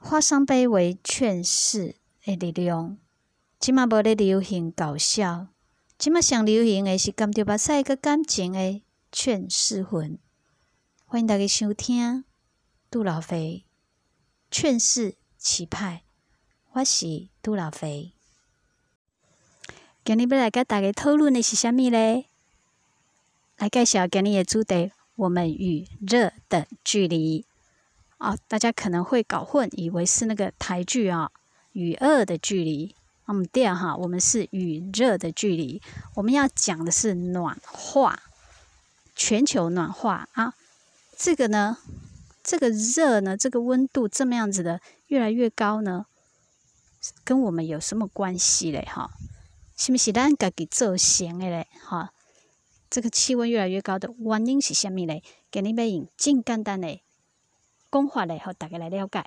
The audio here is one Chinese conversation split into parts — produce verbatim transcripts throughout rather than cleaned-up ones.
花商杯为劝世的力量。即马无咧流行搞笑，即马上流行的是含着目屎佮感情的劝世魂。欢迎大家收听杜老肥劝世期派，我是杜老肥。今日要来甲大家讨论的是啥物呢？来介绍今日的主题：我们与热的距离。哦，大家可能会搞混，以为是那个台剧啊，与恶的距离。那么第二哈，我们是与热的距离。我们要讲的是暖化，全球暖化啊。这个呢，这个热呢，这个温度这么样子的越来越高呢，跟我们有什么关系嘞？哈，是不是咱自己造成的嘞？哈，这个气温越来越高的原因是什么嘞？今日要用真简单的讲法来和大家来了解。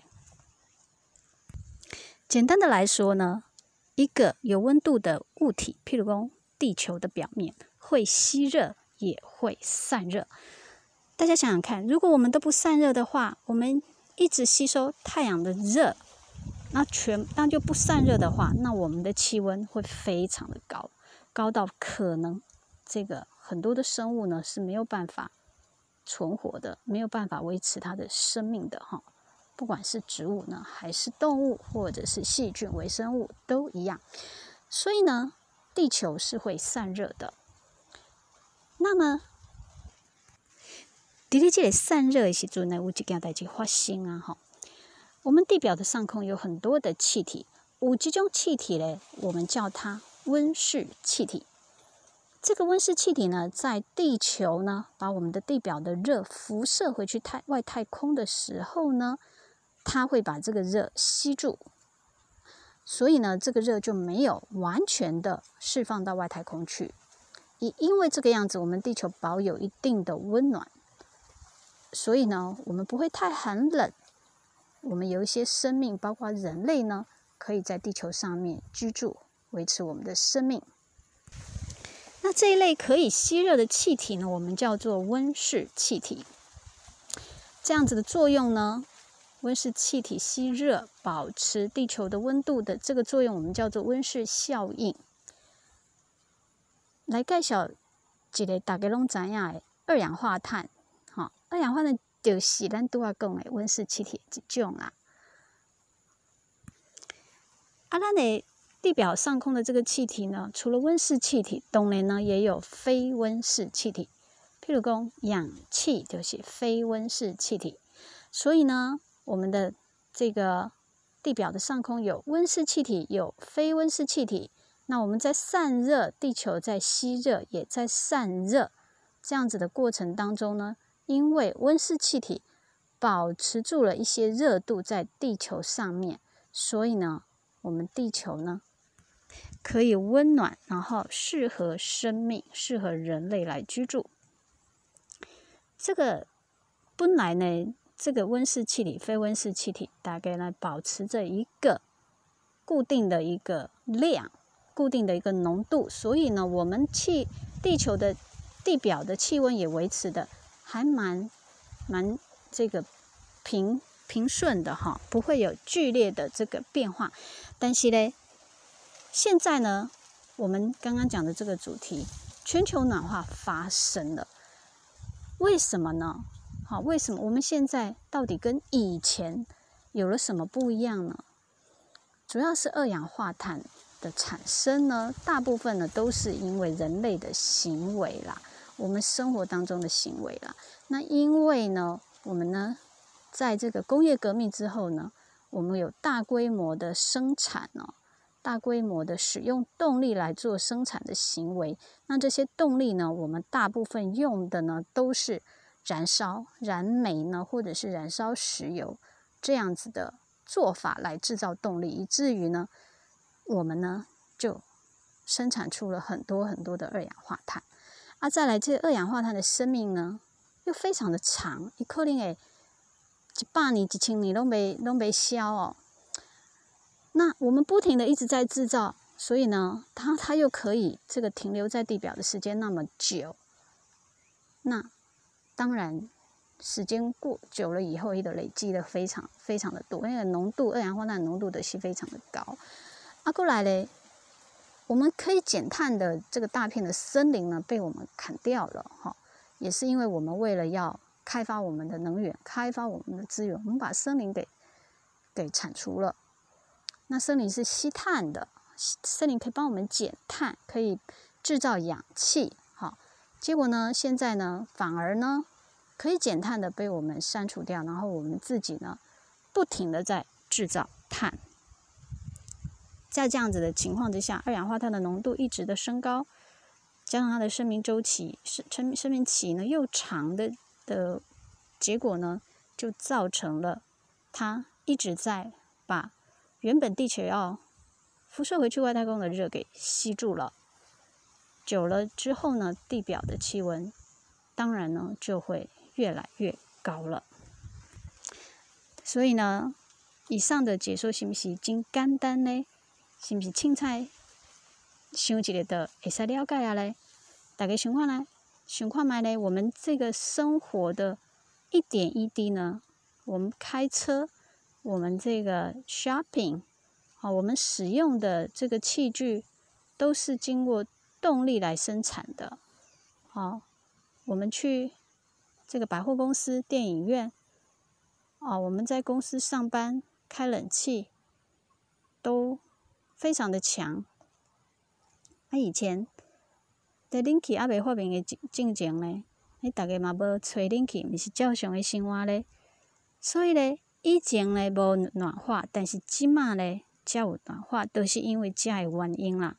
简单的来说呢，一个有温度的物体，譬如说地球的表面会吸热，也会散热。大家想想看，如果我们都不散热的话，我们一直吸收太阳的热，那全那就不散热的话，那我们的气温会非常的高，高到可能这个很多的生物呢是没有办法存活的，没有办法维持它的生命的哈。不管是植物呢，还是动物，或者是细菌、微生物，都一样。所以呢，地球是会散热的。那么，伫咧这个散热的时阵呢，有一件代志发生啊哈。我们地表的上空有很多的气体，有几种气体呢，我们叫它温室气体。这个温室气体呢，在地球呢，把我们的地表的热辐射回去太外太空的时候呢，它会把这个热吸住，所以呢，这个热就没有完全的释放到外太空去。也因为这个样子，我们地球保有一定的温暖，所以呢，我们不会太寒冷。我们有一些生命，包括人类呢，可以在地球上面居住，维持我们的生命。那这一类可以吸热的气体呢，我们叫做温室气体。这样子的作用呢，温室气体吸热，保持地球的温度的这个作用，我们叫做温室效应。来介绍一个大家拢知影的二氧化碳。哈、哦，二氧化碳就是咱拄仔讲的温室气体的一种啦。啊，咱的地表上空的这个气体呢，除了温室气体，当然呢也有非温室气体。譬如讲，氧气就是非温室气体。所以呢，我们的这个地表的上空有温室气体，有非温室气体。那我们在散热，地球在吸热，也在散热，这样子的过程当中呢，因为温室气体保持住了一些热度在地球上面，所以呢，我们地球呢可以温暖，然后适合生命，适合人类来居住。这个本来呢，这个温室气体、非温室气体大概呢保持着一个固定的一个量、固定的一个浓度，所以呢，我们气地球的地表的气温也维持的还蛮蛮这个平平顺的哈，不会有剧烈的这个变化。但是呢，现在呢，我们刚刚讲的这个主题，全球暖化发生了，为什么呢？好，为什么我们现在到底跟以前有了什么不一样呢？主要是二氧化碳的产生呢，大部分呢都是因为人类的行为啦，我们生活当中的行为啦。那因为呢，我们呢，在这个工业革命之后呢，我们有大规模的生产哦，大规模的使用动力来做生产的行为。那这些动力呢，我们大部分用的呢都是燃烧燃煤呢，或者是燃烧石油这样子的做法来制造动力，以至于呢，我们呢就生产出了很多很多的二氧化碳。啊，再来这二氧化碳的生命呢，又非常的长，它可能会一百年、一千年都没都没消哦。那我们不停的一直在制造，所以呢，它它又可以这个停留在地表的时间那么久，那当然时间过久了以后，它就累积的非常非常的多，那个浓度二氧化碳浓度的是非常的高。啊，过来嘞，我们可以减碳的这个大片的森林呢，被我们砍掉了哈，也是因为我们为了要开发我们的能源，开发我们的资源，我们把森林给给铲除了。那森林是吸碳的，森林可以帮我们减碳，可以制造氧气，好，结果呢，现在呢，反而呢，可以减碳的被我们删除掉，然后我们自己呢，不停的在制造碳。在这样子的情况之下，二氧化碳的浓度一直的升高，加上它的生命周期、生生命期呢又长的的结果呢，就造成了它一直在把原本地球要辐射回去外太空的热给吸住了。久了之后呢，地表的气温当然呢就会越来越高了。所以呢，以上的解说是不是真简单呢？是不是凊彩想一下就会使了解啊嘞？大家想看来，想看卖嘞，我们这个生活的一点一滴呢，我们开车，我们这个 shopping， 好，我们使用的这个器具都是经过动力来生产的。好，我们去这个百货公司、电影院，啊，我们在公司上班开冷气，都非常的强。啊，以前在冷气还未发明的进前呢，你大家嘛无吹冷气，毋是照常的生活咧。所以咧，以前咧无暖化，但是即马咧才有暖化，都是因为这个原因啦。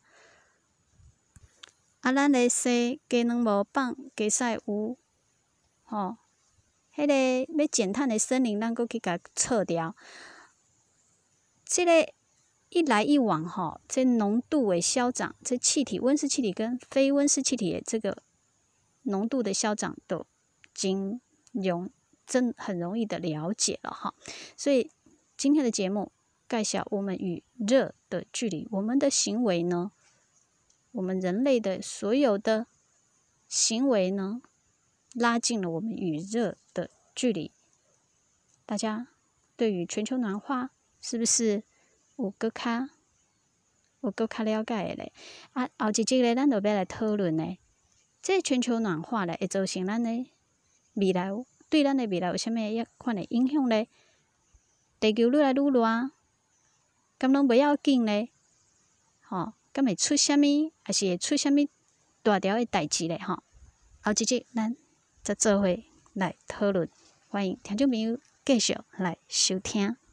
啊，咱咧洗鸡卵无放，加使有，吼，迄个要减碳的森林，咱搁去甲撤掉。这个一来一往，吼，这浓度的消长，这气体温室气体跟非温室气体的这个浓度的消长，都经容真很容易的了解了哈。所以今天的节目介绍我们与热的距离，我们的行为呢，我们人类的所有的行为呢，拉近了我们与热的距离。大家对于全球暖化是不是有更加有更加了解的咧？啊，后一集咧，咱就要来讨论呢，这全球暖化咧会造成咱的未来，对咱的未来有啥物样款的影响咧？地球愈来愈热，敢拢袂要紧咧？吼，敢会出啥物，还是会出啥物大条的代志咧？吼，后一集咱再做伙来讨论，欢迎听众朋友继续来收听。